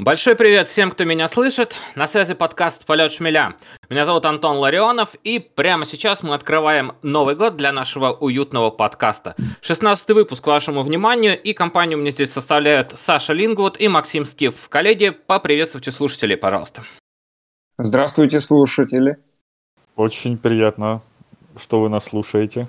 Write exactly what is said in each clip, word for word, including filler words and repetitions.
Большой привет всем, кто меня слышит. На связи подкаст «Полет шмеля». Меня зовут Антон Ларионов, и прямо сейчас мы открываем Новый год для нашего уютного подкаста. шестнадцатый выпуск вашему вниманию, и компанию мне здесь составляют Саша Лингвуд и Максим Скиф. Коллеги, поприветствуйте слушателей, пожалуйста. Здравствуйте, слушатели. Очень приятно, что вы нас слушаете.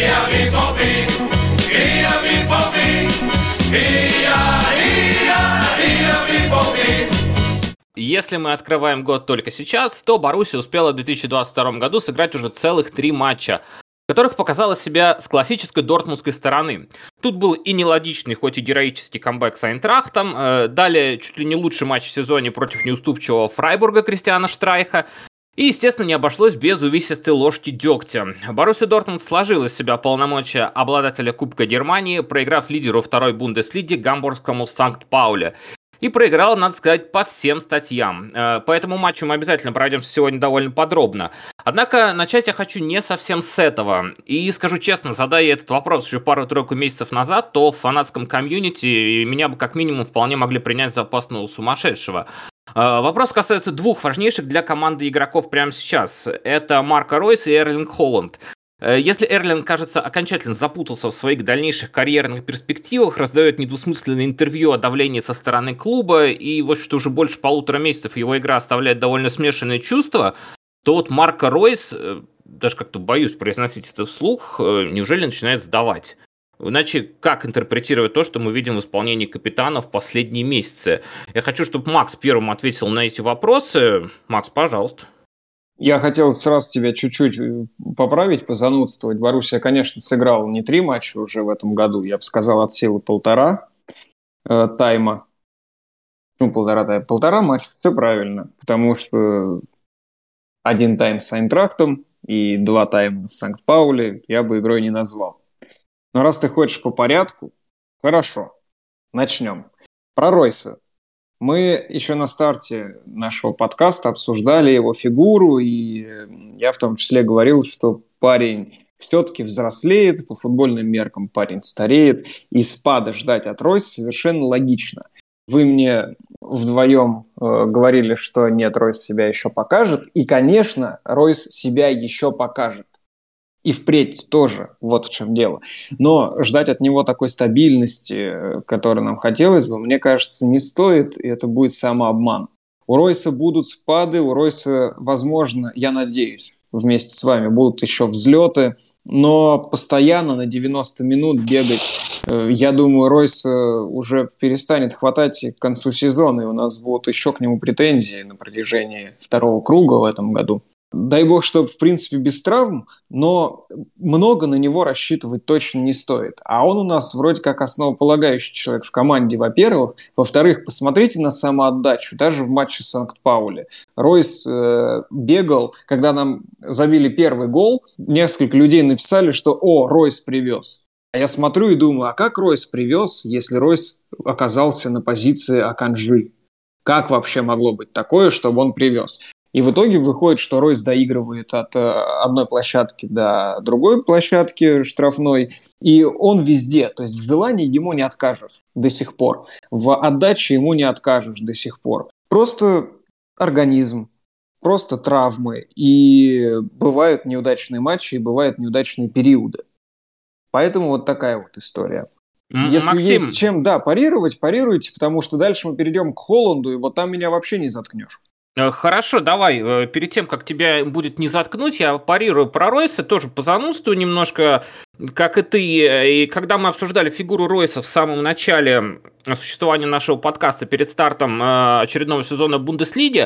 Если мы открываем год только сейчас, то Боруссия успела в две тысячи двадцать втором году сыграть уже целых три матча, в которых показала себя с классической дортмундской стороны. Тут был и нелогичный, хоть и героический камбэк с Айнтрахтом, э, далее чуть ли не лучший матч в сезоне против неуступчивого Фрайбурга Кристиана Штрайха, и, естественно, не обошлось без увесистой ложки дегтя. Боруссия Дортмунд сложила из себя полномочия обладателя Кубка Германии, проиграв лидеру второй Бундеслиги гамбургскому Санкт-Пауле. И проиграл, надо сказать, по всем статьям. По этому матчу мы обязательно пройдемся сегодня довольно подробно. Однако начать я хочу не совсем с этого. И скажу честно, задая я этот вопрос еще пару-тройку месяцев назад, то в фанатском комьюнити меня бы как минимум вполне могли принять за опасного сумасшедшего. Вопрос касается двух важнейших для команды игроков прямо сейчас. Это Марко Ройс и Эрлинг Холланд. Если Эрлинг, кажется, окончательно запутался в своих дальнейших карьерных перспективах, раздает недвусмысленное интервью о давлении со стороны клуба, и, в общем-то, уже больше полутора месяцев его игра оставляет довольно смешанные чувства, то вот Марко Ройс, даже как-то боюсь произносить это вслух, неужели начинает сдавать? Иначе как интерпретировать то, что мы видим в исполнении капитана в последние месяцы? Я хочу, чтобы Макс первым ответил на эти вопросы. Макс, пожалуйста. Я хотел сразу тебя чуть-чуть поправить, позанудствовать. Боруссия, конечно, сыграла не три матча уже в этом году. Я бы сказал, от силы полтора э, тайма. Ну, полтора тайма. Полтора матча, все правильно. Потому что один тайм с Айнтрахтом и два тайма с Санкт-Паули я бы игрой не назвал. Но раз ты хочешь по порядку, хорошо, начнем. Про Ройса. Мы еще на старте нашего подкаста обсуждали его фигуру, и я в том числе говорил, что парень все-таки взрослеет, по футбольным меркам парень стареет, и спада ждать от Ройса совершенно логично. Вы мне вдвоем э, говорили, что нет, Ройс себя еще покажет, и, конечно, Ройс себя еще покажет. И впредь тоже, вот в чем дело. Но ждать от него такой стабильности, которой нам хотелось бы, мне кажется, не стоит, и это будет самообман. У Ройса будут спады, у Ройса, возможно, я надеюсь, вместе с вами будут еще взлеты, но постоянно на девяносто минут бегать, я думаю, Ройса уже перестанет хватать к концу сезона, и у нас будут еще к нему претензии на протяжении второго круга в этом году. Дай бог, чтобы, в принципе, без травм, но много на него рассчитывать точно не стоит. А он у нас вроде как основополагающий человек в команде, во-первых. Во-вторых, посмотрите на самоотдачу, даже в матче с Санкт-Паули. Ройс э, бегал, когда нам забили первый гол, несколько людей написали, что «О, Ройс привез». А я смотрю и думаю, а как Ройс привез, если Ройс оказался на позиции Аканджи? Как вообще могло быть такое, чтобы он привез? И в итоге выходит, что Ройс доигрывает от э, одной площадки до другой площадки штрафной, и он везде. То есть в желании ему не откажешь до сих пор, в отдаче ему не откажешь до сих пор. Просто организм, просто травмы, и бывают неудачные матчи, и бывают неудачные периоды. Поэтому вот такая вот история. Если Максим. есть чем, да, парировать, парируйте, потому что дальше мы перейдем к Холланду, и вот там меня вообще не заткнешь. Хорошо, давай, перед тем, как тебя будет не заткнуть, я парирую про Ройса, тоже позанудствую немножко, как и ты. И когда мы обсуждали фигуру Ройса в самом начале существования нашего подкаста перед стартом очередного сезона Бундеслиги,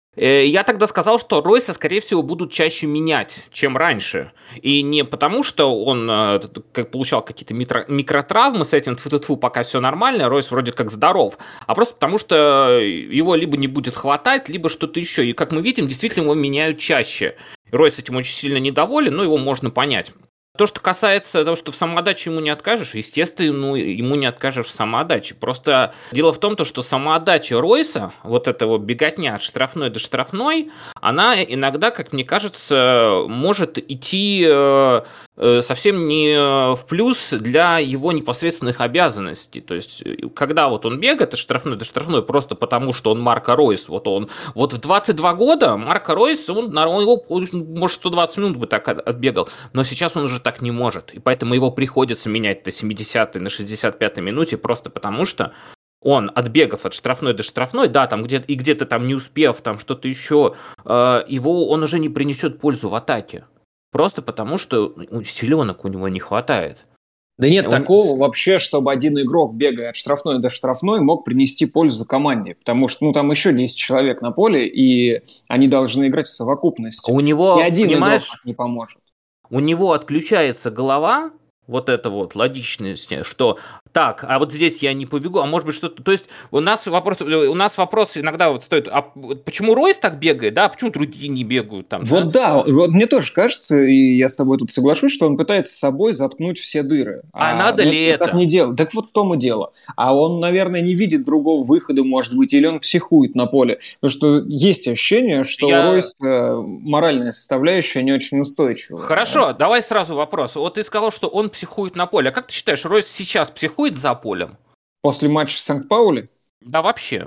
я тогда сказал, что Ройса, скорее всего, будут чаще менять, чем раньше. И не потому, что он как, получал какие-то микро- микротравмы с этим, тьфу-тьфу, пока все нормально, Ройс вроде как здоров, а просто потому, что его либо не будет хватать, либо что-то еще. И, как мы видим, действительно его меняют чаще. Ройс этим очень сильно недоволен, но его можно понять. То, что касается того, что в самоотдаче ему не откажешь, естественно, ему, ему не откажешь в самоотдаче. Просто дело в том, что самоотдача Ройса, вот эта вот беготня от штрафной до штрафной, она иногда, как мне кажется, может идти э, э, совсем не в плюс для его непосредственных обязанностей. То есть, когда вот он бегает от штрафной до штрафной просто потому, что он Марко Ройс, вот он, вот в двадцать два года Марко Ройс, он, он его, может, сто двадцать минут бы так отбегал, но сейчас он уже так не может, и поэтому его приходится менять на семидесятой, на шестьдесят пятой минуте, просто потому что он, отбегав от штрафной до штрафной, да, там где-то и где-то там не успев, там что-то еще, э, его он уже не принесет пользу в атаке, просто потому что силенок у него не хватает. Да нет он... такого вообще, чтобы один игрок, бегая от штрафной до штрафной, мог принести пользу команде, потому что, ну, там еще десять человек на поле, и они должны играть в совокупности. У него, и один понимаешь, игрок не поможет. У него отключается голова, вот это вот, логичность, что так, а вот здесь я не побегу, а может быть что-то... То есть у нас вопрос, у нас вопрос иногда вот стоит, а почему Ройс так бегает, да, а почему другие не бегают там? Вот да? да, вот мне тоже кажется, и я с тобой тут соглашусь, что он пытается с собой заткнуть все дыры. А, а надо ли это? Так не делать. Так вот в том и дело. А он, наверное, не видит другого выхода, может быть, или он психует на поле. Потому что есть ощущение, что я... у Ройса моральная составляющая не очень устойчивая. Хорошо, да? Давай сразу вопрос. Вот ты сказал, что он психует на поле. А как ты считаешь, Ройс сейчас психует за полем? После матча в Санкт-Паули? Да вообще.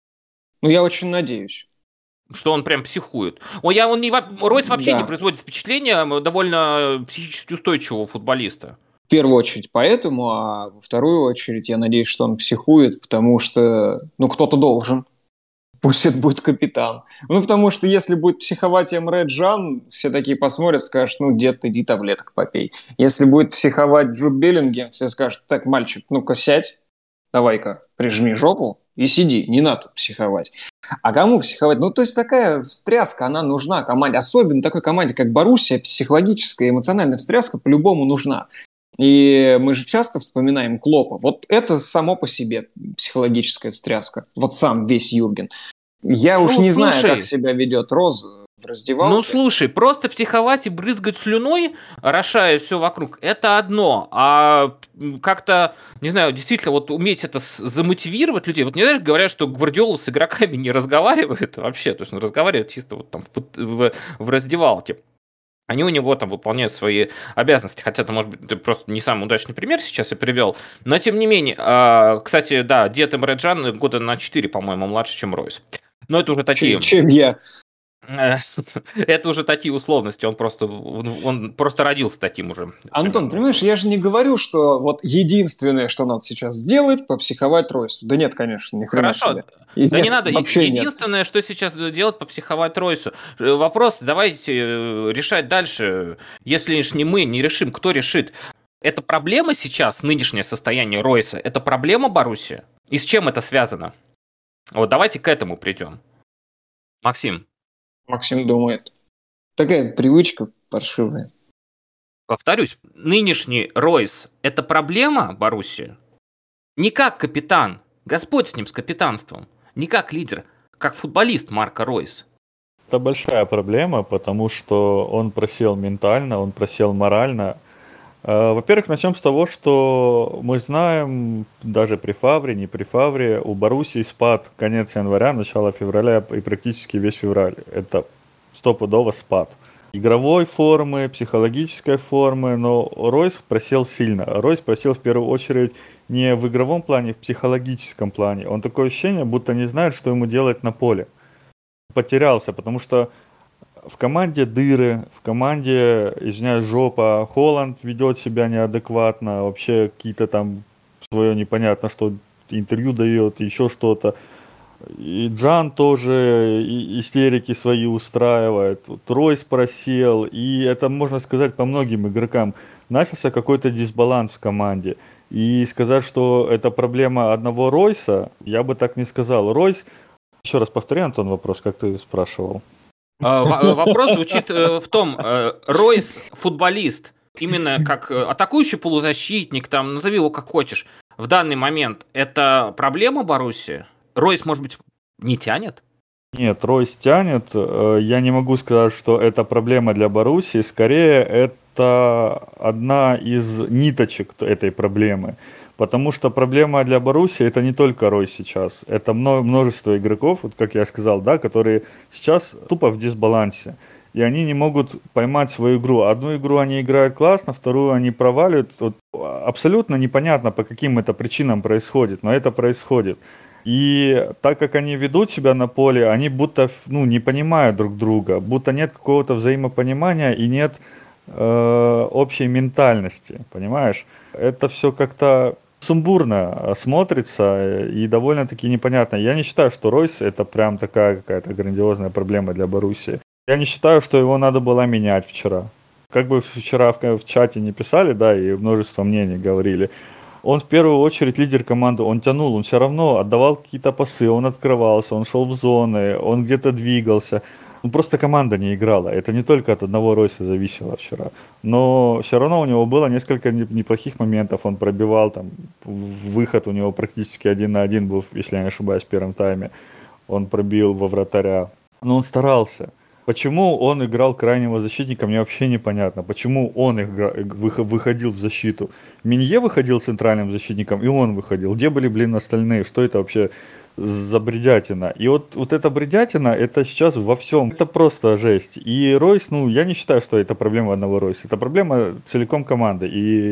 Ну, я очень надеюсь. Что он прям психует. О, я, он не, Ройс вообще да. не производит впечатления довольно психически устойчивого футболиста. В первую очередь поэтому, а во вторую очередь я надеюсь, что он психует, потому что, ну, кто-то должен. Пусть это будет капитан. Ну, потому что если будет психовать Эмре Джан, все такие посмотрят, скажут, ну, дед, иди таблеток попей. Если будет психовать Джуд Беллингем, все скажут, так, мальчик, ну-ка сядь, давай-ка прижми жопу и сиди, не надо психовать. А кому психовать? Ну, то есть такая встряска, она нужна команде. Особенно такой команде, как Боруссия, психологическая, эмоциональная встряска по-любому нужна. И мы же часто вспоминаем Клопа. Вот это само по себе психологическая встряска. Вот сам весь Юрген. Я ну, уж не слушай, знаю, как себя ведет Роз в раздевалке. Ну, слушай, просто психовать и брызгать слюной, орошая все вокруг, это одно. А как-то, не знаю, действительно, вот уметь это замотивировать людей. Вот не знаешь, говорят, что Гвардиола с игроками не разговаривает вообще. То есть он разговаривает чисто вот там в, в, в раздевалке. Они у него там выполняют свои обязанности, хотя это, может быть, это просто не самый удачный пример сейчас я привел, но тем не менее, э, кстати, да, дед Эмре Джан года на четыре, по-моему, младше, чем Ройс. Но это уже такие... Чем, чем я. Это уже такие условности, он просто, он просто родился таким уже. Антон, понимаешь, я же не говорю, что вот единственное, что надо сейчас сделать, попсиховать Ройсу. Да нет, конечно, ни хрена себе. Хорошо, да нет, не надо. Единственное, нет. Что сейчас делать, попсиховать Ройсу. Вопрос давайте решать дальше. Если не мы не решим, кто решит? Это проблема сейчас, нынешнее состояние Ройса, это проблема Боруссии? И с чем это связано? Вот давайте к этому придем. Максим. Максим думает. Такая привычка паршивая. Повторюсь, нынешний Ройс – это проблема Боруссии? Не как капитан, Господь с ним, с капитанством, не как лидер, как футболист Марко Ройс. Это большая проблема, потому что он просел ментально, он просел морально. Во-первых, начнем с того, что мы знаем, даже при Фавре, не при Фавре, у Боруссии спад конец января, начало февраля и практически весь февраль. Это стопудово спад. Игровой формы, психологической формы, но Ройс просел сильно. Ройс просел в первую очередь не в игровом плане, в психологическом плане. Он такое ощущение, будто не знает, что ему делать на поле. Потерялся, потому что в команде дыры, в команде, извиняюсь, жопа. Холланд ведет себя неадекватно, вообще какие-то там свое непонятно, что интервью дает, еще что-то. И Джан тоже истерики свои устраивает. Ройс просел, и это можно сказать по многим игрокам. Начался какой-то дисбаланс в команде. И сказать, что это проблема одного Ройса, я бы так не сказал. Ройс, еще раз повтори, Антон, вопрос, как ты спрашивал. Вопрос звучит в том, Ройс футболист, именно как атакующий полузащитник, там, назови его как хочешь, в данный момент это проблема Боруссии? Ройс, может быть, не тянет? Нет, Ройс тянет. Э, Я не могу сказать, что это проблема для Боруссии. Скорее, это одна из ниточек т- этой проблемы. Потому что проблема для Боруссии это не только Ройс сейчас. Это мно- множество игроков, вот как я сказал, да, которые сейчас тупо в дисбалансе. И они не могут поймать свою игру. Одну игру они играют классно, вторую они проваливают. Вот абсолютно непонятно, по каким это причинам происходит, но это происходит. И так как они ведут себя на поле, они будто ну, не понимают друг друга, будто нет какого-то взаимопонимания и нет э, общей ментальности, понимаешь? Это все как-то сумбурно смотрится и довольно-таки непонятно. Я не считаю, что Ройс это прям такая какая-то грандиозная проблема для Боруссии. Я не считаю, что его надо было менять вчера. Как бы вчера в, в чате не писали, да, и множество мнений говорили. Он в первую очередь лидер команды, он тянул, он все равно отдавал какие-то пасы, он открывался, он шел в зоны, он где-то двигался. Ну, просто команда не играла. Это не только от одного Ройса зависело вчера. Но все равно у него было несколько неплохих моментов. Он пробивал, там, выход у него практически один на один был, если я не ошибаюсь, в первом тайме. Он пробил во вратаря. Но он старался. Почему он играл крайнего защитника, мне вообще непонятно. Почему он игра... выходил в защиту. Минье выходил центральным защитником, и он выходил. Где были, блин, остальные? Что это вообще за бредятина? И вот, вот эта бредятина, это сейчас во всем. Это просто жесть. И Ройс, ну, я не считаю, что это проблема одного Ройса. Это проблема целиком команды.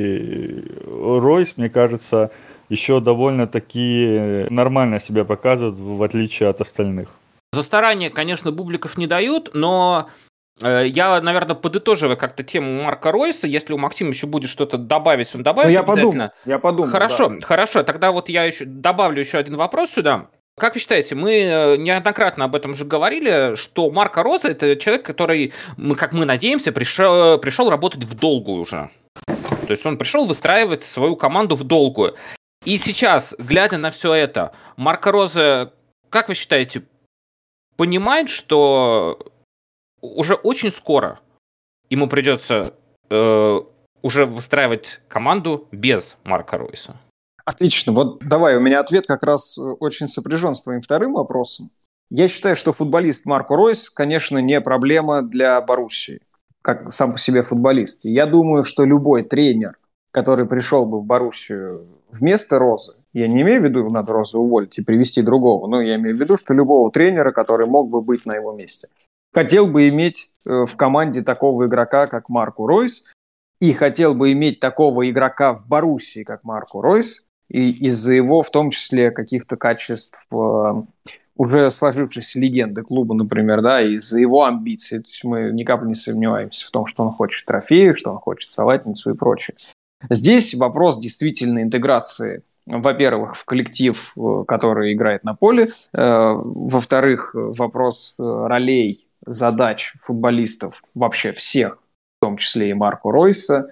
И Ройс, мне кажется, еще довольно-таки нормально себя показывает, в отличие от остальных. За старание, конечно, бубликов не дают, но э, я, наверное, подытоживаю как-то тему Марка Ройса. Если у Максима еще будет что-то добавить, он добавит. Ну, я обязательно. подумал, я подумал. Хорошо, да. хорошо. Тогда вот я еще добавлю еще один вопрос сюда. Как вы считаете, мы неоднократно об этом уже говорили, что Марко Розе – это человек, который, мы, как мы надеемся, пришел, пришел работать в долгую уже. То есть он пришел выстраивать свою команду в долгую. И сейчас, глядя на все это, Марко Розе, как вы считаете, понимает, что уже очень скоро ему придется э, уже выстраивать команду без Марко Ройса? Отлично. Вот давай, у меня ответ как раз очень сопряжен с твоим вторым вопросом. Я считаю, что футболист Марко Ройс, конечно, не проблема для Боруссии, как сам по себе футболист. Я думаю, что любой тренер, который пришел бы в Боруссию вместо Розы, я не имею в виду, надо Розу уволить и привести другого, но я имею в виду, что любого тренера, который мог бы быть на его месте, хотел бы иметь в команде такого игрока, как Марко Ройс, и хотел бы иметь такого игрока в Боруссии, как Марко Ройс, и из-за его, в том числе, каких-то качеств э, уже сложившейся легенды клуба, например, да, из-за его амбиций. То есть мы ни капли не сомневаемся в том, что он хочет трофеи, что он хочет салатницу и прочее. Здесь вопрос действительно интеграции, во-первых, в коллектив, который играет на поле, э, во-вторых, вопрос ролей, задач футболистов, вообще всех, в том числе и Марко Ройса,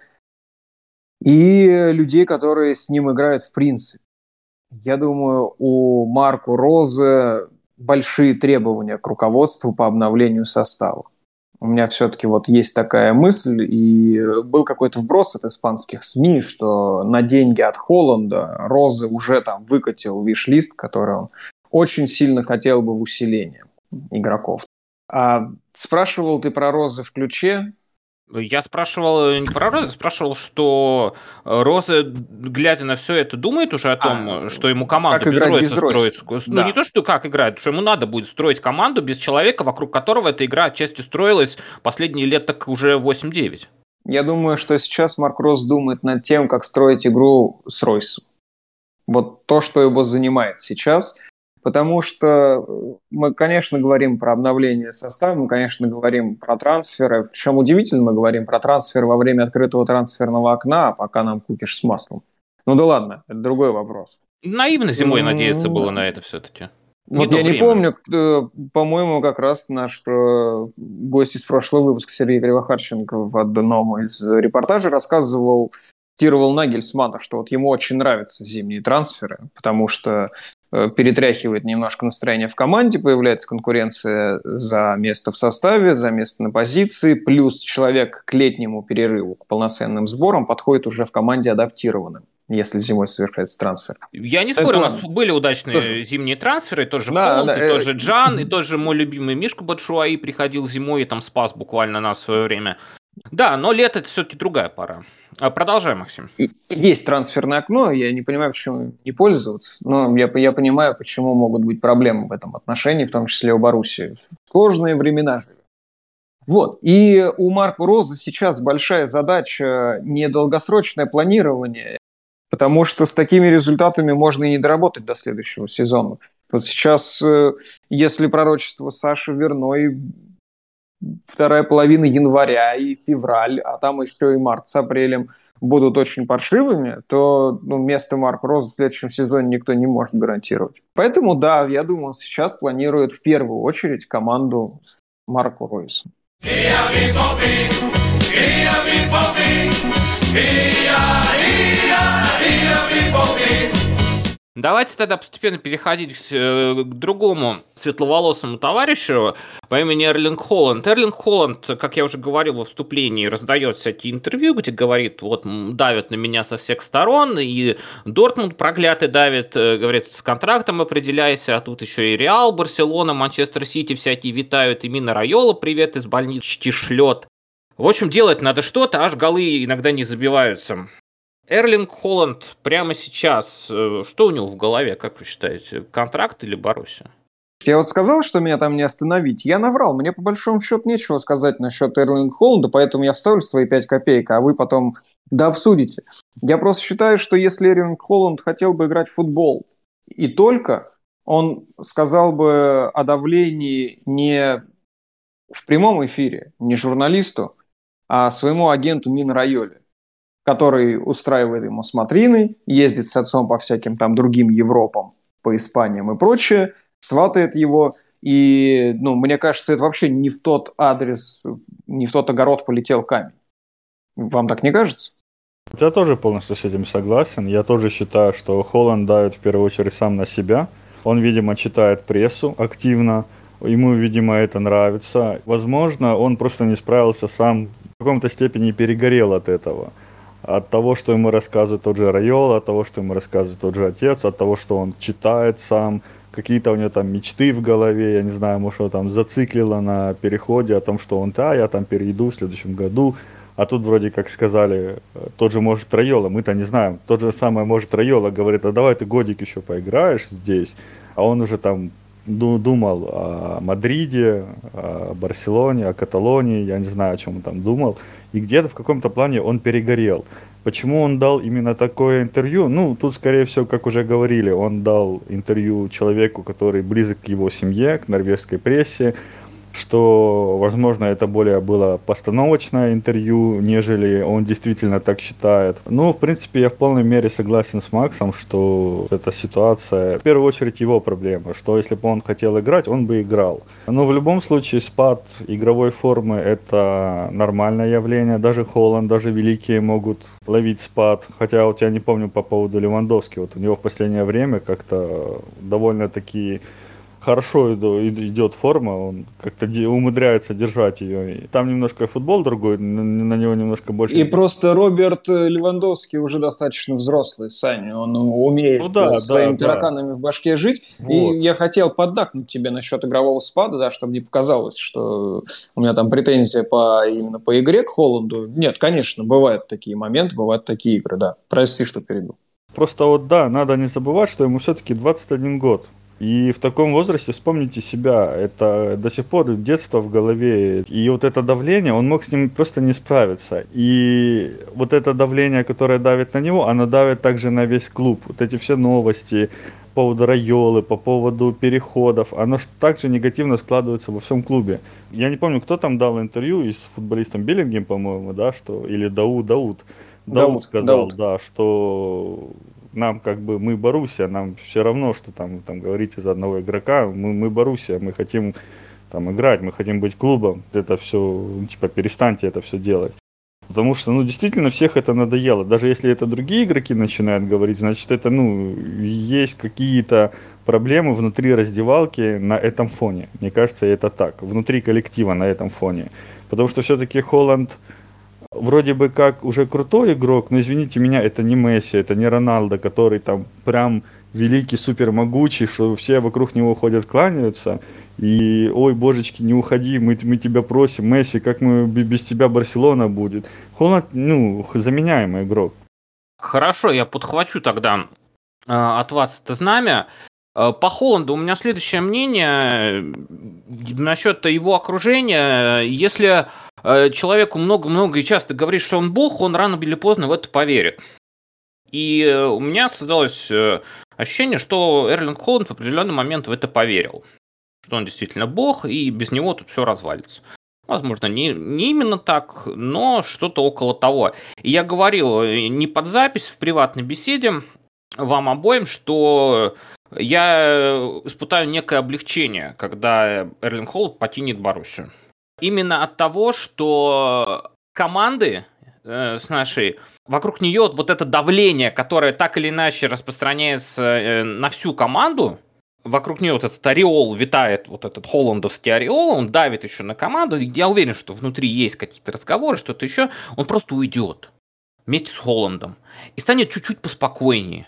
и людей, которые с ним играют в принципе. Я думаю, у Марко Розе большие требования к руководству по обновлению состава. У меня все-таки вот есть такая мысль, и был какой-то вброс от испанских СМИ, что на деньги от Холланда Розе уже там выкатил виш-лист, который он очень сильно хотел бы в усилении игроков. А спрашивал ты про Розе в ключе? Я спрашивал не про Розе, спрашивал, что Розе, глядя на все это, думает уже о том, а, что ему команду без Ройса строить. Да. Ну, не то, что как играет, что ему надо будет строить команду без человека, вокруг которого эта игра отчасти строилась последние лет так уже восемь-девять. Я думаю, что сейчас Марк Роз думает над тем, как строить игру с Ройсом. Вот то, что его занимает сейчас. Потому что мы, конечно, говорим про обновление состава, мы, конечно, говорим про трансферы. Причем удивительно, мы говорим про трансфер во время открытого трансферного окна, а пока нам купишь с маслом. Ну да ладно, это другой вопрос. Наивно зимой mm-hmm. надеяться было на это все-таки. Вот я не помню, по-моему, как раз наш э, гость из прошлого выпуска Сергей Кривохарченко в одном из репортажей рассказывал, цитировал Нагельсмана, что вот ему очень нравятся зимние трансферы, потому что перетряхивает немножко настроение в команде, появляется конкуренция за место в составе, за место на позиции, плюс человек к летнему перерыву, к полноценным сборам подходит уже в команде адаптированным. если зимой совершается трансфер. Я не Это спорю, у нас ладно. были удачные Тоже. зимние трансферы, тот же Да, Холланд, да, и э, тот же Джан, и тот же мой любимый Мишка Батшуаи приходил зимой и там спас буквально нас в свое время. Да, но лето это все-таки другая пора. А, Продолжай, Максим. и- есть трансферное окно, я не понимаю, почему им не пользоваться, но я, я понимаю, почему могут быть проблемы в этом отношении, в том числе у Боруссии. Сложные времена. Вот. И у Марко Роза сейчас большая задача не долгосрочное планирование, потому что с такими результатами можно и не доработать до следующего сезона. Вот сейчас, э, если пророчество Саши верно, и вторая половина января и февраль, а там еще и март с апрелем будут очень паршивыми, то ну, место Марка Роза в следующем сезоне никто не может гарантировать. Поэтому, да, я думаю, он сейчас планирует в первую очередь команду Марко Ройса. Давайте тогда постепенно переходить к, э, к другому светловолосому товарищу по имени Эрлинг Холланд. Эрлинг Холланд, как я уже говорил во вступлении, раздает всякие интервью, где говорит, вот м, давят на меня со всех сторон, и Дортмунд проклятый давит, э, говорит, с контрактом определяйся, а тут еще и Реал, Барселона, Манчестер Сити всякие витают, и Мина Райола привет из больнички шлет. В общем, делать надо что-то, аж голы иногда не забиваются. Эрлинг Холланд прямо сейчас, э, что у него в голове, как вы считаете, контракт или Боруссия? Я вот сказал, что меня там не остановить. Я наврал. Мне по большому счету нечего сказать насчет Эрлинга Холланда, поэтому я вставлю свои пять копеек, а вы потом дообсудите. Я просто считаю, что если Эрлинг Холланд хотел бы играть в футбол и только, он сказал бы о давлении не в прямом эфире, не журналисту, а своему агенту Мин Райоле, который устраивает ему смотрины, ездит с отцом по всяким там другим Европам, по Испаниям и прочее, сватает его, и, ну, мне кажется, это вообще не в тот адрес, не в тот огород полетел камень. Вам так не кажется? Я тоже полностью с этим согласен. Я тоже считаю, что Холланд давит в первую очередь сам на себя. Он, видимо, читает прессу активно. Ему, видимо, это нравится. Возможно, он просто не справился сам, в каком-то степени перегорел от этого. От того, что ему рассказывает тот же Райола, от того, что ему рассказывает тот же отец, от того, что он читает сам, какие-то у него там мечты в голове, я не знаю, может, его там зациклило на переходе, о том, что он, да, я там перейду в следующем году, а тут вроде как сказали, тот же может Райола, мы-то не знаем, тот же самый может Райола говорит, а давай ты годик еще поиграешь здесь, а он уже там думал о Мадриде, о Барселоне, о Каталонии, я не знаю, о чем он там думал, и где-то в каком-то плане он перегорел. Почему он дал именно такое интервью? Ну, тут, скорее всего, как уже говорили, он дал интервью человеку, который близок к его семье, к норвежской прессе, что, возможно, это более было постановочное интервью, нежели он действительно так считает. Ну, в принципе, я в полной мере согласен с Максом, что эта ситуация, в первую очередь, его проблема, что если бы он хотел играть, он бы играл. Но в любом случае спад игровой формы – это нормальное явление, даже Холланд, даже великие могут ловить спад, хотя вот я не помню по поводу Левандовски, вот у него в последнее время как-то довольно-таки хорошо идет форма, он как-то умудряется держать ее. И там немножко футбол другой, на него немножко больше... И просто Роберт Левандовский уже достаточно взрослый, Саня, он умеет ну, да, своими да, тараканами да. в башке жить. Вот. И я хотел поддакнуть тебе насчет игрового спада, да, чтобы не показалось, что у меня там претензия по, именно по игре к Холланду. Нет, конечно, бывают такие моменты, бывают такие игры, да. Прости, что перебил. Просто вот да, надо не забывать, что ему все-таки двадцать один год. И в таком возрасте вспомните себя, это до сих пор детство в голове, и вот это давление, он мог с ним просто не справиться. И вот это давление, которое давит на него, оно давит также на весь клуб. Вот эти все новости по поводу Райолы, по поводу переходов, оно также негативно складывается во всем клубе. Я не помню, кто там дал интервью, и с футболистом Беллингем, по-моему, да, что, или Дауд, Дауд. Дауд, Дауд сказал, Дауд. да, что... Нам как бы, мы Боруссия, нам все равно, что там, там говорите за одного игрока, мы, мы Боруссия, мы хотим там играть, мы хотим быть клубом, это все, типа, перестаньте это все делать. Потому что, ну, действительно, всех это надоело. Даже если это другие игроки начинают говорить, значит, это, ну, есть какие-то проблемы внутри раздевалки на этом фоне. Мне кажется, это так, внутри коллектива на этом фоне. Потому что все-таки Холланд... вроде бы как уже крутой игрок, но извините меня, это не Месси, это не Роналдо, который там прям великий, супер могучий, что все вокруг него ходят, кланяются. И, ой, божечки, не уходи, мы, мы тебя просим, Месси, как мы без тебя Барселона будет. Холланд, ну, заменяемый игрок. Хорошо, я подхвачу тогда э, от вас это знамя. Э, по Холланду у меня следующее мнение насчет его окружения. Если э, человеку много-много и часто говорит, что он бог, он рано или поздно в это поверит. И э, у меня создалось э, ощущение, что Эрлинг Холланд в определенный момент в это поверил. Что он действительно бог, и без него тут все развалится. Возможно, не, не именно так, но что-то около того. И я говорил не под запись, в приватной беседе вам обоим, что я испытаю некое облегчение, когда Эрлинг Холланд покинет Боруссию. Именно от того, что команды э, с нашей, вокруг нее вот это давление, которое так или иначе распространяется э, на всю команду, вокруг нее вот этот ореол витает, вот этот холландовский ореол, он давит еще на команду. Я уверен, что внутри есть какие-то разговоры, что-то еще. Он просто уйдет вместе с Холландом и станет чуть-чуть поспокойнее.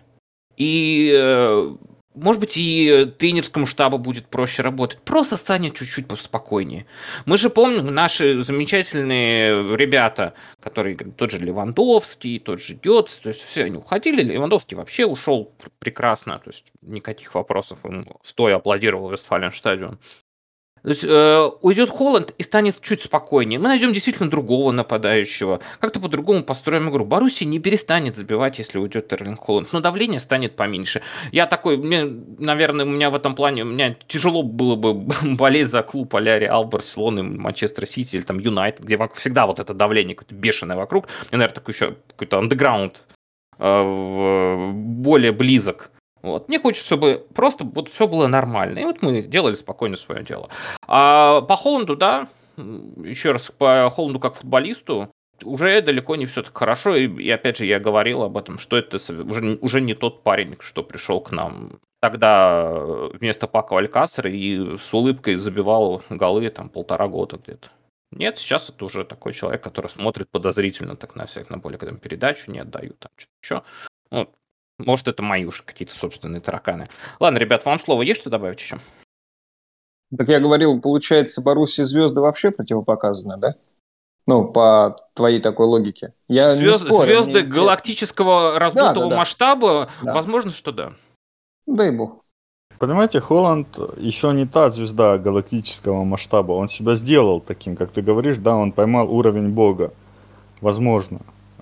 И, может быть, и тренерскому штабу будет проще работать. Просто станет чуть-чуть поспокойнее. Мы же помним наши замечательные ребята, которые, тот же Левандовский, тот же Гёц, то есть все они уходили. Левандовский вообще ушел прекрасно, то есть никаких вопросов, он стоя аплодировал Вестфаленстадион. То есть э, уйдет Холланд и станет чуть спокойнее. Мы найдем действительно другого нападающего. Как-то по-другому построим игру. Боруссия не перестанет забивать, если уйдет Эрлинг Холланд. Но давление станет поменьше. Я такой, мне, наверное, у меня в этом плане, у меня тяжело было бы болеть за клуб а-ля Реал, Барселоны, Манчестер Сити или там Юнайтед, где всегда вот это давление какое-то бешеное вокруг. Мне, наверное, такой еще какой-то андеграунд э, более близок. Вот. Мне хочется, чтобы просто вот все было нормально. И вот мы делали спокойно свое дело. А по Холланду, да, еще раз, по Холланду как футболисту, уже далеко не все так хорошо. И, и опять же, я говорил об этом, что это уже, уже не тот парень, что пришел к нам тогда вместо Пако Алькасера и с улыбкой забивал голы там полтора года где-то. Нет, сейчас это уже такой человек, который смотрит подозрительно так на всех, на более когда передачу не отдают, там что-то еще. Вот. Может, это мои уже какие-то собственные тараканы. Ладно, ребят, вам слово есть что добавить еще? Так я говорил, получается, Боруссия звезды вообще противопоказаны, да? Ну, по твоей такой логике. Я Звезд, не спорю, звезды галактического раздутого да, да, да. масштаба, да. Возможно, что да. Дай бог. Понимаете, Холланд еще не та звезда галактического масштаба. Он себя сделал таким, как ты говоришь, да, он поймал уровень бога. Возможно.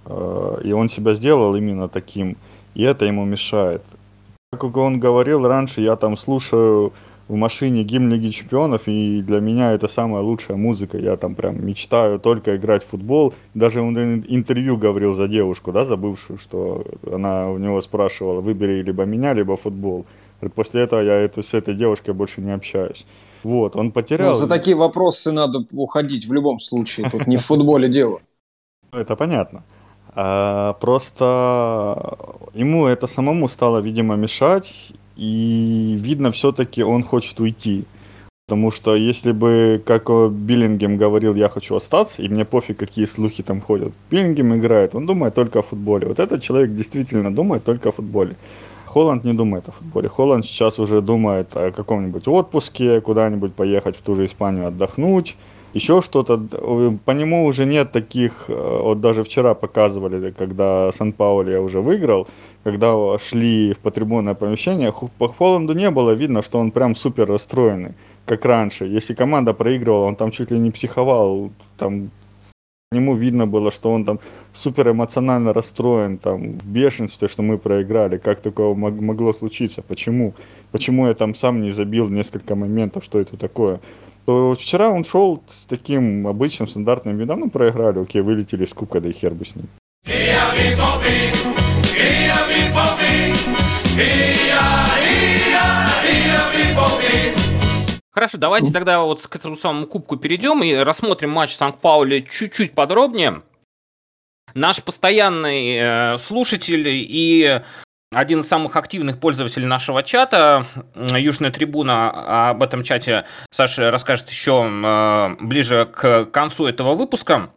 И он себя сделал именно таким. И это ему мешает. Как он говорил раньше, я там слушаю в машине гимн Лиги Чемпионов, и для меня это самая лучшая музыка. Я там прям мечтаю только играть в футбол. Даже он интервью говорил за девушку, да, за бывшую, что она у него спрашивала, выбери либо меня, либо футбол. После этого я это, с этой девушкой больше не общаюсь. Вот, он потерял... Ну, за такие вопросы надо уходить в любом случае. Тут не в футболе дело. Это понятно. А, просто ему это самому стало, видимо, мешать, и видно, все-таки он хочет уйти. Потому что если бы, как Биллингем говорил, я хочу остаться, и мне пофиг, какие слухи там ходят. Биллингем играет, он думает только о футболе. Вот этот человек действительно думает только о футболе. Холланд не думает о футболе. Холланд сейчас уже думает о каком-нибудь отпуске, куда-нибудь поехать в ту же Испанию отдохнуть. Еще что-то, по нему уже нет таких, вот даже вчера показывали, когда Сан-Паули уже выиграл, когда шли в трибунное помещение, по Холланду не было видно, что он прям супер расстроенный, как раньше. Если команда проигрывала, он там чуть ли не психовал, там по нему видно было, что он там супер эмоционально расстроен, там в бешенстве, что мы проиграли, как такое могло случиться, почему, почему я там сам не забил несколько моментов, что это такое. То вчера он шел с таким обычным стандартным видом, ну проиграли, окей, вылетели с кубка, да и хер бы с ним. Хорошо, давайте тогда вот к этому самому кубку перейдем и рассмотрим матч Сан-Паули чуть-чуть подробнее. Наш постоянный э, слушатель и один из самых активных пользователей нашего чата, Южная трибуна, об этом чате Саша расскажет еще э, ближе к концу этого выпуска.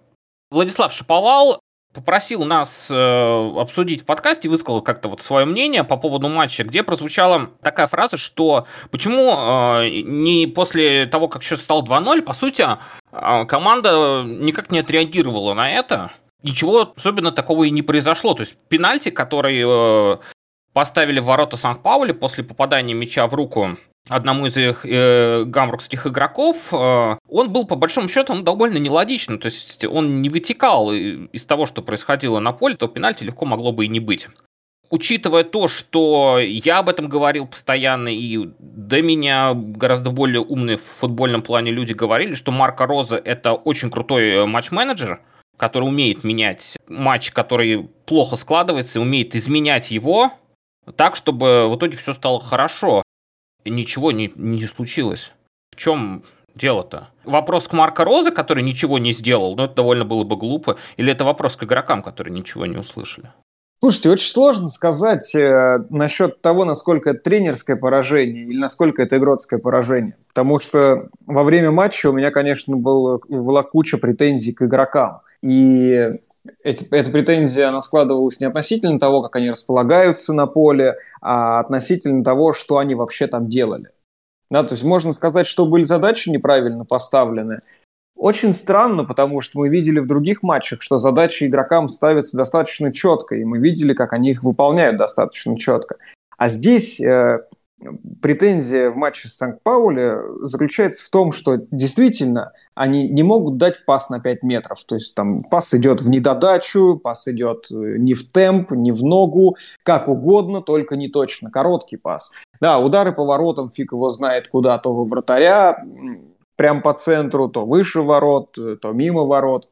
Владислав Шаповал попросил нас э, обсудить в подкасте, высказал как-то вот свое мнение по поводу матча, где прозвучала такая фраза, что почему э, не после того, как счет стал два ноль, по сути, э, команда никак не отреагировала на это. Ничего особенно такого и не произошло. То есть пенальти, который э, поставили в ворота Сан-Паули после попадания мяча в руку одному из их э, гамбургских игроков, э, он был, по большому счету, он довольно нелогичный. То есть он не вытекал из того, что происходило на поле, то пенальти легко могло бы и не быть. Учитывая то, что я об этом говорил постоянно, и до меня гораздо более умные в футбольном плане люди говорили, что Марко Роза – это очень крутой матч-менеджер, который умеет менять матч, который плохо складывается, умеет изменять его так, чтобы в итоге все стало хорошо. Ничего не, не случилось. В чем дело-то? Вопрос к Марко Розе, который ничего не сделал, но это довольно было бы глупо, или это вопрос к игрокам, которые ничего не услышали? Слушайте, очень сложно сказать э, насчет того, насколько это тренерское поражение или насколько это игротское поражение. Потому что во время матча у меня, конечно, было, была куча претензий к игрокам. И эти, эта претензия, она складывалась не относительно того, как они располагаются на поле, а относительно того, что они вообще там делали. Да, то есть можно сказать, что были задачи неправильно поставлены. Очень странно, потому что мы видели в других матчах, что задачи игрокам ставятся достаточно четко, и мы видели, как они их выполняют достаточно четко. А здесь э, претензия в матче с Сан-Паули заключается в том, что действительно они не могут дать пас на пять метров. То есть там пас идет в недодачу, пас идет не в темп, не в ногу, как угодно, только не точно. Короткий пас. Да, удары по воротам, фиг его знает куда, то во вратаря, прям по центру, то выше ворот, то мимо ворот.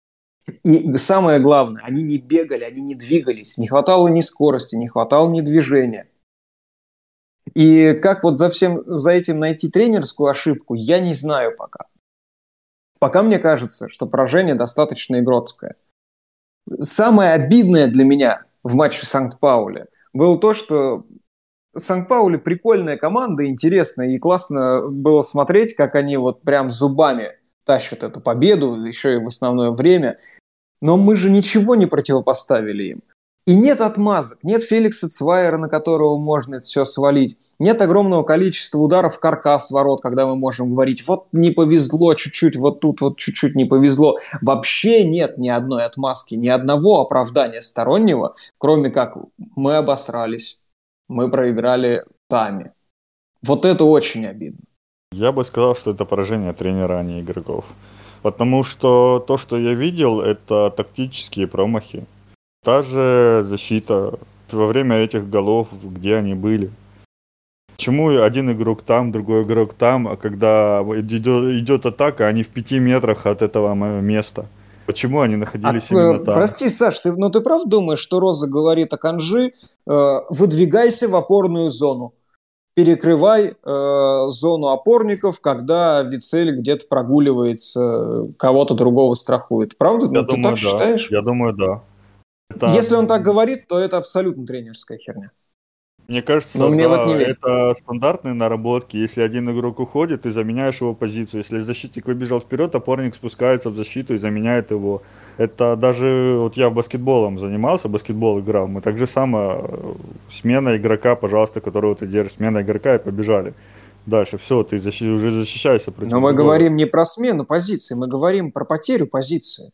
И самое главное, они не бегали, они не двигались. Не хватало ни скорости, не хватало ни движения. И как вот за всем за этим найти тренерскую ошибку, я не знаю пока. Пока мне кажется, что поражение достаточно игротское. Самое обидное для меня в матче Сан-Паули было то, что Сан-Паули прикольная команда, интересная, и классно было смотреть, как они вот прям зубами тащат эту победу, еще и в основное время. Но мы же ничего не противопоставили им. И нет отмазок, нет Феликса Цвайера, на которого можно это все свалить. Нет огромного количества ударов в каркас ворот, когда мы можем говорить, вот не повезло чуть-чуть, вот тут вот чуть-чуть не повезло. Вообще нет ни одной отмазки, ни одного оправдания стороннего, кроме как мы обосрались, мы проиграли сами. Вот это очень обидно. Я бы сказал, что это поражение тренера, а не игроков. Потому что то, что я видел, это тактические промахи. Та же защита во время этих голов, где они были. Почему один игрок там, другой игрок там, а когда идет, идет атака, они в пяти метрах от этого места? Почему они находились а, именно там? Прости, Саш, ты, ну ты правда думаешь, что Роза говорит о Канжи, э, выдвигайся в опорную зону, перекрывай э, зону опорников, когда Вицель где-то прогуливается, кого-то другого страхует. Правда? Я ну, думаю, ты так да. считаешь? Я думаю, да. Это... Если он так говорит, то это абсолютно тренерская херня. Мне кажется, Но мне да, вот не это стандартные наработки. Если один игрок уходит, ты заменяешь его позицию. Если защитник выбежал вперед, опорник спускается в защиту и заменяет его. Это даже, вот я баскетболом занимался, баскетбол играл, мы так же само, смена игрока, пожалуйста, которого ты держишь, смена игрока и побежали. Дальше, все, ты защи, уже защищаешься против Но мы другого. говорим не про смену позиции, мы говорим про потерю позиции.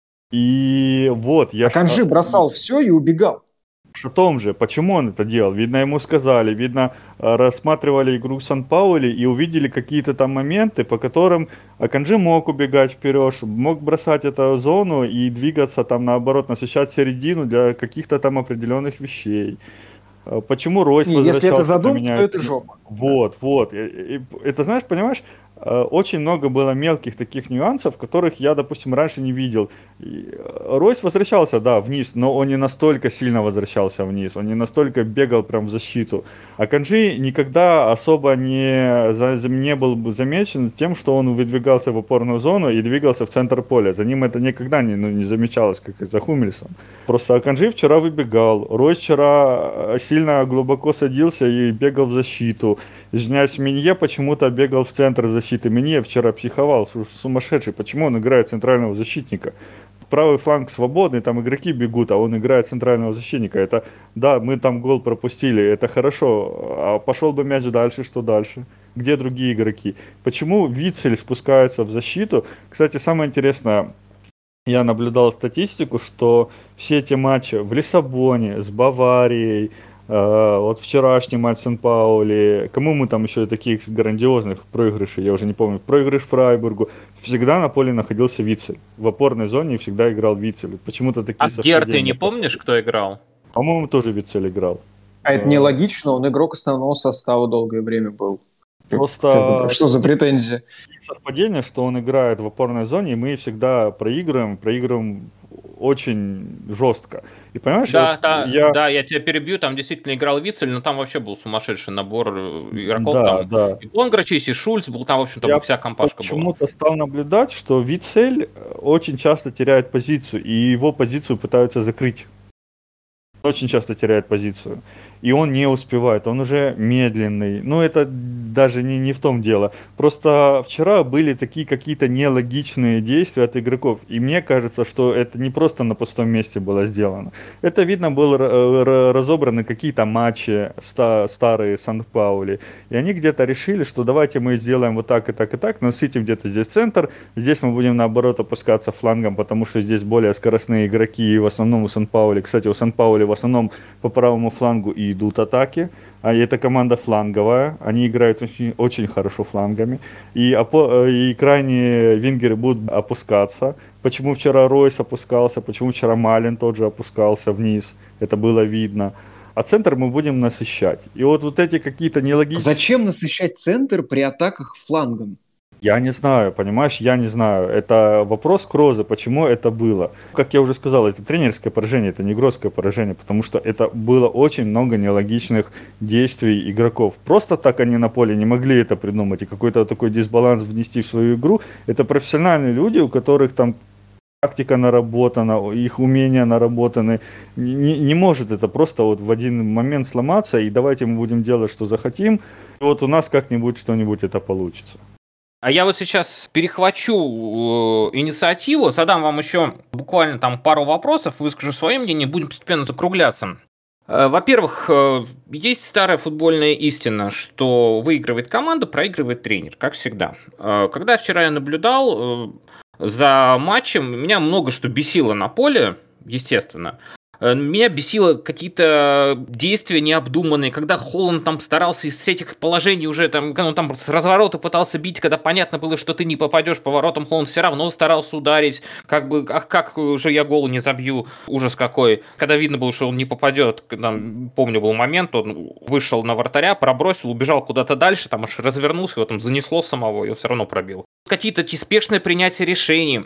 И вот я... А Канжи бросал все и убегал. В том же, почему он это делал? Видно, ему сказали, видно, рассматривали игру Сан-Паули и увидели какие-то там моменты, по которым Аканджи мог убегать вперед, мог бросать эту зону и двигаться там наоборот, насыщать середину для каких-то там определенных вещей. Почему Ройс не, возвращался? Если это задумка, то это жопа. Вот, вот. Это, знаешь, понимаешь, очень много было мелких таких нюансов, которых я, допустим, раньше не видел. Ройс возвращался, да, вниз, но он не настолько сильно возвращался вниз, он не настолько бегал прям в защиту. А Канжи никогда особо не, не был замечен тем, что он выдвигался в опорную зону и двигался в центр поля. За ним это никогда не, ну, не замечалось, как и за Хумельсом. Просто Аканджи вчера выбегал, Ройс вчера сильно глубоко садился и бегал в защиту. Извиняюсь, Минье почему-то бегал в центр защиты. Минье вчера психовал, сумасшедший. Почему он играет центрального защитника? правый фланг свободный, там игроки бегут, а он играет центрального защитника. Это, да, мы там гол пропустили, это хорошо, а пошел бы мяч дальше, что дальше? Где другие игроки? Почему Вицель спускается в защиту? Кстати, самое интересное, я наблюдал статистику, что все эти матчи в Лиссабоне, с Баварией, э, вот вчерашний матч с Сан-Паули, кому мы там еще таких грандиозных проигрышей, я уже не помню, проигрыш Фрайбургу, всегда на поле находился Вицель. В опорной зоне всегда играл Вицель. Почему-то такие А с Гер ты не совпадения. помнишь, кто играл? По-моему, тоже Вицель играл. А это нелогично, он игрок основного состава долгое время был. Просто Что за, что за претензии? Совпадение, что он играет в опорной зоне, и мы всегда проигрываем, проигрываем очень жестко. И понимаешь, Да, вот да, я... да, я тебя перебью, там действительно играл Вицель, но там вообще был сумасшедший набор игроков. Да, Там да. и Понграчис, и Шульц был, там, в общем-то, Я вся компашка была. почему-то стал наблюдать, что Вицель очень часто теряет позицию, и его позицию пытаются закрыть. Очень часто теряет позицию. И он не успевает, он уже медленный. Ну, это даже не, не в том дело. Просто вчера были такие какие-то нелогичные действия от игроков. И мне кажется, что это не просто на пустом месте было сделано. Это, видно, было разобраны какие-то матчи ста- старые Сан-Паули. И они где-то решили, что давайте мы сделаем вот так и так и так, насытим где-то здесь центр, здесь мы будем наоборот опускаться флангом, потому что здесь более скоростные игроки, и в основном у Сан-Паули, кстати, у Сан-Паули в основном по правому флангу и идут атаки, а эта команда фланговая, они играют очень, очень хорошо флангами, и, опо- и крайние вингеры будут опускаться. Почему вчера Ройс опускался, почему вчера Малин тот же опускался вниз, это было видно. А центр мы будем насыщать. И вот, вот эти какие-то нелогичные... Зачем насыщать центр при атаках флангом? Я не знаю, понимаешь, я не знаю. Это вопрос к Розе, почему это было. Как я уже сказал, это тренерское поражение, это не игрокское поражение, потому что это было очень много нелогичных действий игроков. Просто так они на поле не могли это придумать и какой-то такой дисбаланс внести в свою игру. Это профессиональные люди, у которых там тактика наработана, их умения наработаны. Не, не, не может это просто вот в один момент сломаться, и давайте мы будем делать, что захотим, и вот у нас как-нибудь что-нибудь это получится. А я вот сейчас перехвачу э, инициативу, задам вам еще буквально там пару вопросов, выскажу свое мнение, будем постепенно закругляться. Э, во-первых, э, есть старая футбольная истина, что выигрывает команда, проигрывает тренер, как всегда. Э, когда вчера я наблюдал э, за матчем, меня много что бесило на поле, естественно. Меня бесило какие-то действия необдуманные, когда Холланд там старался из этих положений уже, там, он там с разворота пытался бить, когда понятно было, что ты не попадешь поворотом, Холланд все равно старался ударить, как бы, ах, как же я гол не забью, ужас какой. Когда видно было, что он не попадет, там, помню, был момент, он вышел на вратаря, пробросил, убежал куда-то дальше, там аж развернулся, его там занесло самого, и он все равно пробил. Какие-то спешные принятия решений,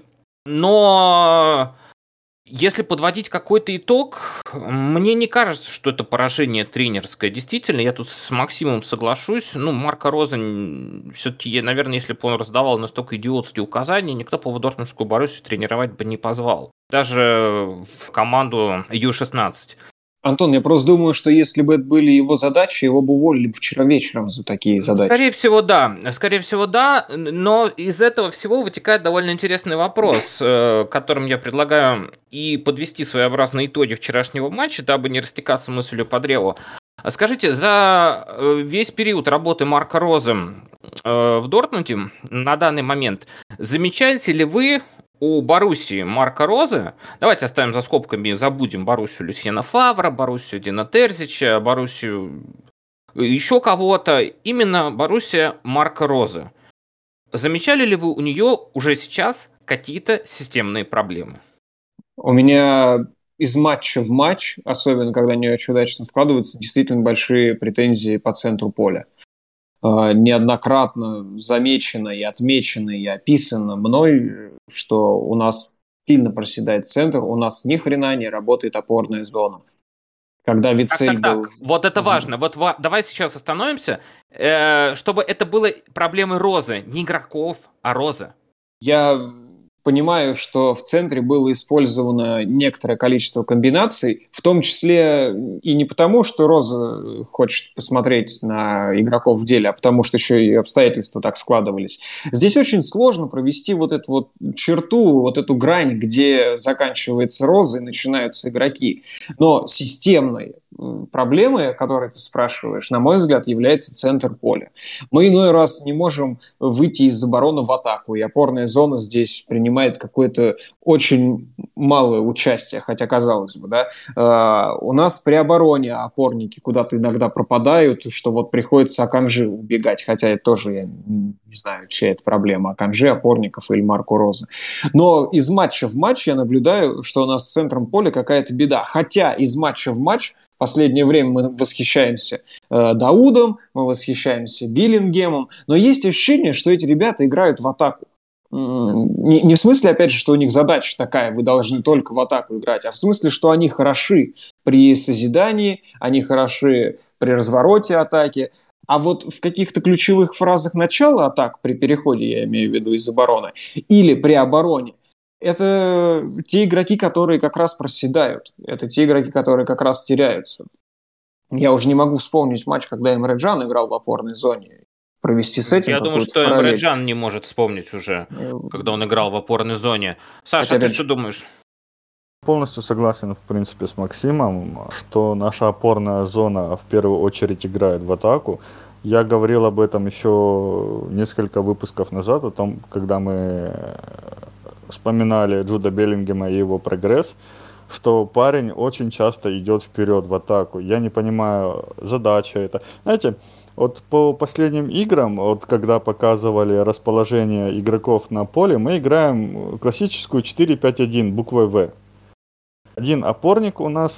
но... Если подводить какой-то итог, мне не кажется, что это поражение тренерское. Действительно, я тут с Максимом соглашусь. Ну, Марко Розе, все-таки, наверное, если бы он раздавал настолько идиотские указания, никто по Дортмундскую Боруссию тренировать бы не позвал. Даже в команду ю шестнадцать. Антон, я просто думаю, что если бы это были его задачи, его бы уволили вчера вечером за такие задачи. Скорее всего, да. Скорее всего, да. Но из этого всего вытекает довольно интересный вопрос, которым я предлагаю и подвести своеобразные итоги вчерашнего матча, дабы не растекаться мыслью по древу. Скажите, за весь период работы Марко Розе в Дортмунде на данный момент замечаете ли вы у Боруссии Марко Розе, давайте оставим за скобками, забудем Боруссию Люсьена Фавра, Боруссию Дина Терзича, Боруссию еще кого-то, именно Боруссия Марко Розе. Замечали ли вы у нее уже сейчас какие-то системные проблемы? У меня из матча в матч, особенно когда не очень удачно складывается, действительно большие претензии по центру поля. Неоднократно замечено и отмечено и описано мной, что у нас сильно проседает центр, у нас ни хрена не работает опорная зона. Когда Вицель так, так, был... Так. Вот это важно. Вот ва- давай сейчас остановимся, э, чтобы это было проблемой Розы, не игроков, а Розы. Я понимаю, что в центре было использовано некоторое количество комбинаций, в том числе и не потому, что Роза хочет посмотреть на игроков в деле, а потому что еще и обстоятельства так складывались. Здесь очень сложно провести вот эту вот черту, вот эту грань, где заканчивается Роза и начинаются игроки. Но системной проблемой, о которой ты спрашиваешь, на мой взгляд, является центр поля. Мы иной раз не можем выйти из обороны в атаку, и опорная зона здесь принимает какое-то очень малое участие, хотя казалось бы, да. Э, у нас при обороне опорники куда-то иногда пропадают, что вот приходится Аканжи убегать, хотя это тоже, я не знаю, чья это проблема, Аканжи, опорников или Марко Роза. Но из матча в матч я наблюдаю, что у нас с центром поля какая-то беда, хотя из матча в матч в последнее время мы восхищаемся э, Даудом, мы восхищаемся Биллингемом, но есть ощущение, что эти ребята играют в атаку. Не, не в смысле, опять же, что у них задача такая, вы должны только в атаку играть, а в смысле, что они хороши при созидании, они хороши при развороте атаки, а вот в каких-то ключевых фразах начала атак, при переходе, я имею в виду, из обороны, или при обороне, это те игроки, которые как раз проседают. Это те игроки, которые как раз теряются. Я уже не могу вспомнить матч, когда Эмре Can играл в опорной зоне. Провести с этим Я думаю, какую-то что параллель. Эмре Can не может вспомнить уже, когда он играл в опорной зоне. Саша, Хотя, а ты опять что же, думаешь? Полностью согласен, в принципе, с Максимом, что наша опорная зона в первую очередь играет в атаку. Я говорил об этом еще несколько выпусков назад, о том, когда мы вспоминали Джуда Беллингема и его прогресс, что парень очень часто идет вперед в атаку. Я не понимаю, задача это. Знаете, вот по последним играм, вот когда показывали расположение игроков на поле, мы играем классическую четыре пять один буквой В. Один опорник у нас,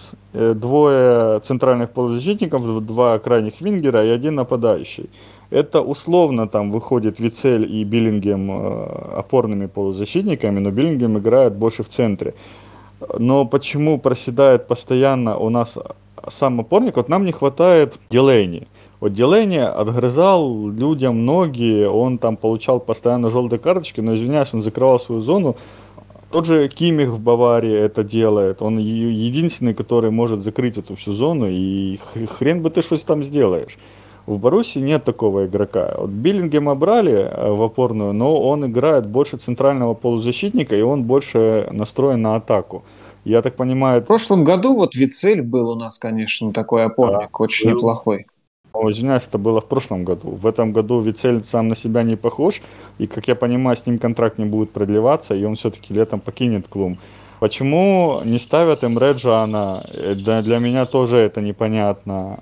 двое центральных полузащитников, два крайних вингера и один нападающий. Это условно там выходит Вицель и Биллингем опорными полузащитниками, но Биллингем играет больше в центре. Но почему проседает постоянно у нас сам опорник? Вот нам не хватает Дилейни. Вот Дилейни отгрызал людям ноги, он там получал постоянно желтые карточки, но, извиняюсь, он закрывал свою зону. Тот же Кимих в Баварии это делает, он единственный, который может закрыть эту всю зону, и хрен бы ты что там сделаешь. В Боруссии нет такого игрока. Вот Биллингема брали в опорную, но он играет больше центрального полузащитника, и он больше настроен на атаку. Я так понимаю... В прошлом году вот Вицель был у нас, конечно, такой опорник, да, очень был... неплохой. О, извиняюсь, это было в прошлом году. В этом году Вицель сам на себя не похож, и, как я понимаю, с ним контракт не будет продлеваться, и он все-таки летом покинет клуб. Почему не ставят Эмре Cana? Да, для меня тоже это непонятно.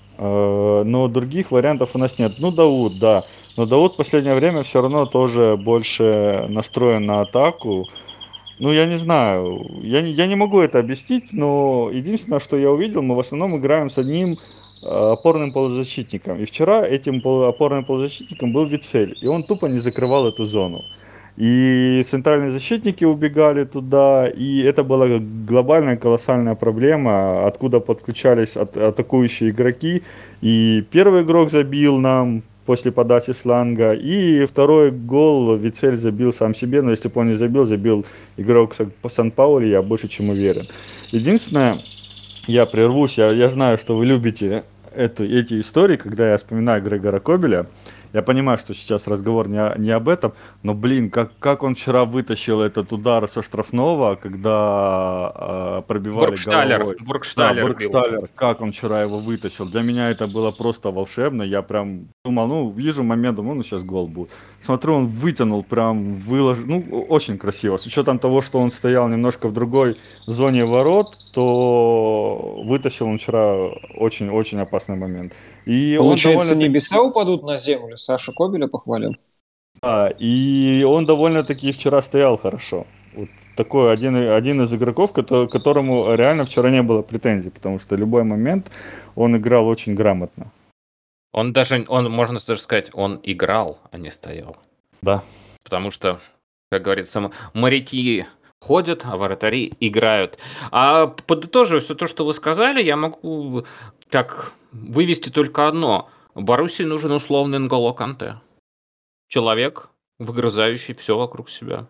Но других вариантов у нас нет. Ну, Дауд, да. Но Дауд в последнее время все равно тоже больше настроен на атаку. Ну, я не знаю. Я не, я не могу это объяснить, но единственное, что я увидел, мы в основном играем с одним опорным полузащитником. И вчера этим опорным полузащитником был Вицель. И он тупо не закрывал эту зону. И центральные защитники убегали туда, и это была глобальная колоссальная проблема, откуда подключались от, атакующие игроки. И первый игрок забил нам после подачи Сланга, и второй гол Вицель забил сам себе, но если бы он не забил, забил игрок по Сан-Паули, я больше чем уверен. Единственное, я прервусь, я, я знаю, что вы любите эту, эти истории, когда я вспоминаю Грегора Кобеля. Я понимаю, что сейчас разговор не, не об этом, но, блин, как, как он вчера вытащил этот удар со штрафного, когда э, пробивали Бургшталер, головой. Бургшталер, да, Бургшталер, как он вчера его вытащил. Для меня это было просто волшебно. Я прям думал, ну, вижу момент, думаю, ну, сейчас гол будет. Смотрю, он вытянул, прям выложил. Ну, очень красиво. С учетом того, что он стоял немножко в другой зоне ворот, то вытащил он вчера очень-очень опасный момент. И Получается, небеса упадут на землю. Саша Кобеля похвалил. Да, и он довольно-таки вчера стоял хорошо. Вот такой один, один из игроков, который, которому реально вчера не было претензий, потому что в любой момент он играл очень грамотно. Он даже, он, можно даже сказать, он играл, а не стоял. Да. Потому что, как говорится, моряки ходят, а вратари играют. А подытоживая все то, что вы сказали, я могу так вывести только одно. Боруссии нужен условный N'Голо Канте. Человек, выгрызающий все вокруг себя.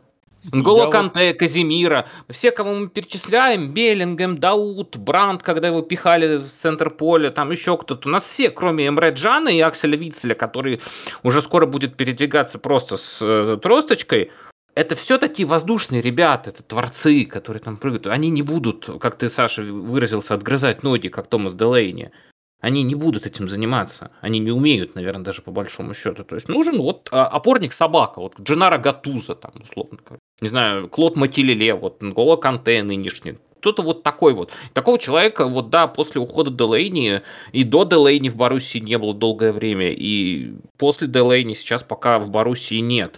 Нголо Я Канте, Казимира, все, кого мы перечисляем, Беллингем, Дауд, Брандт, когда его пихали в центр поля, там еще кто-то. У нас все, кроме Эмре Джана и Акселя Витцеля, который уже скоро будет передвигаться просто с э, тросточкой, это все такие воздушные ребята, это творцы, которые там прыгают. Они не будут, как ты, Саша, выразился, отгрызать ноги, как Томас Делейни. Они не будут этим заниматься. Они не умеют, наверное, даже по большому счету. То есть нужен вот а, опорник собака, вот Дженаро Гатузо, там, условно говоря. Не знаю, Клод Макелеле, вот Нголо Канте нынешний. Кто-то вот такой вот. Такого человека, вот да, после ухода Делейни, и до Делейни в Боруссии не было долгое время, и после Делейни сейчас пока в Боруссии нет.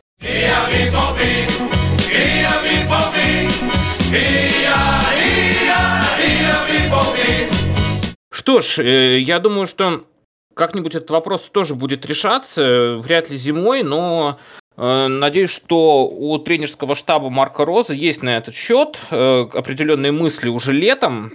Что ж, я думаю, что как-нибудь этот вопрос тоже будет решаться, вряд ли зимой, но э, надеюсь, что у тренерского штаба Марко Роза есть на этот счет э, определенные мысли уже летом,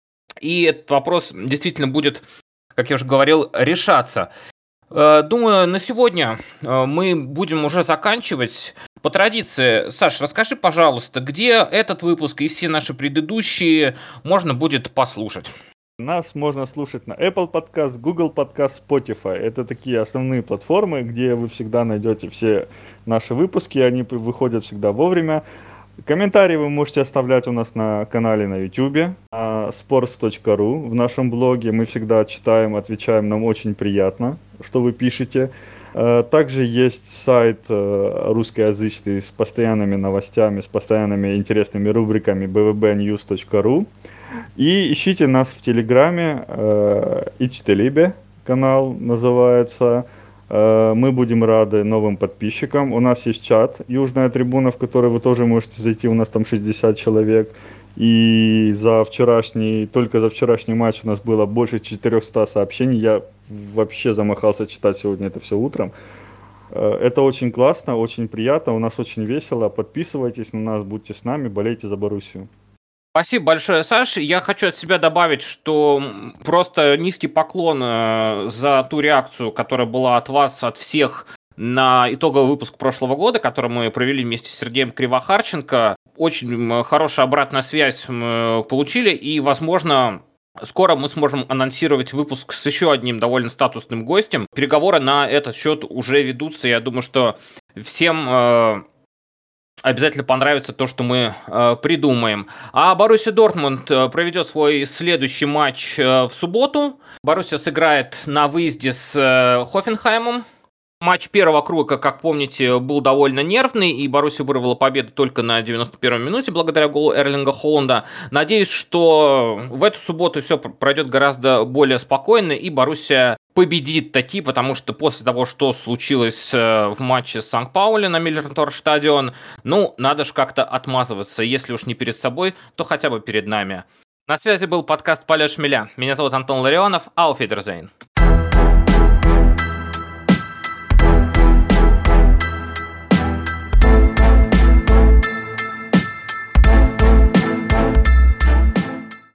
и этот вопрос действительно будет, как я уже говорил, решаться. Э, думаю, на сегодня э, мы будем уже заканчивать. По традиции, Саш, расскажи, пожалуйста, где этот выпуск и все наши предыдущие можно будет послушать? Нас можно слушать на Apple Podcast, Google Podcast, Spotify. Это такие основные платформы, где вы всегда найдете все наши выпуски. Они выходят всегда вовремя. Комментарии вы можете оставлять у нас на канале на YouTube, на sports точка ru, в нашем блоге. Мы всегда читаем, отвечаем. Нам очень приятно, что вы пишете. Также есть сайт русскоязычный с постоянными новостями, с постоянными интересными рубриками би ви би ньюс точка ру. И ищите нас в Телеграме, э, Ичтелибе канал называется. Э, мы будем рады новым подписчикам. У нас есть чат «Южная трибуна», в который вы тоже можете зайти. У нас там шестьдесят человек. И за вчерашний, только за вчерашний матч у нас было больше четыреста сообщений. Я вообще замахался читать сегодня это все утром. Э, это очень классно, очень приятно. У нас очень весело. Подписывайтесь на нас, будьте с нами, болейте за Боруссию. Спасибо большое, Саша. Я хочу от себя добавить, что просто низкий поклон за ту реакцию, которая была от вас, от всех на итоговый выпуск прошлого года, который мы провели вместе с Сергеем Кривохарченко. Очень хорошая обратная связь мы получили, и, возможно, скоро мы сможем анонсировать выпуск с еще одним довольно статусным гостем. Переговоры на этот счет уже ведутся. Я думаю, что всем обязательно понравится то, что мы э, придумаем. А Боруссия Дортмунд э, проведет свой следующий матч э, в субботу. Боруссия сыграет на выезде с э, Хофенхаймом. Матч первого круга, как помните, был довольно нервный, и Боруссия вырвала победу только на девяносто первой минуте благодаря голу Эрлинга Холланда. Надеюсь, что в эту субботу все пройдет гораздо более спокойно, и Боруссия победит таки, потому что после того, что случилось в матче с Санкт-Паули на Миллерторстадион, ну, надо ж как-то отмазываться. Если уж не перед собой, то хотя бы перед нами. На связи был подкаст «Полет шмеля». Меня зовут Антон Ларионов. Auf Wiedersehen.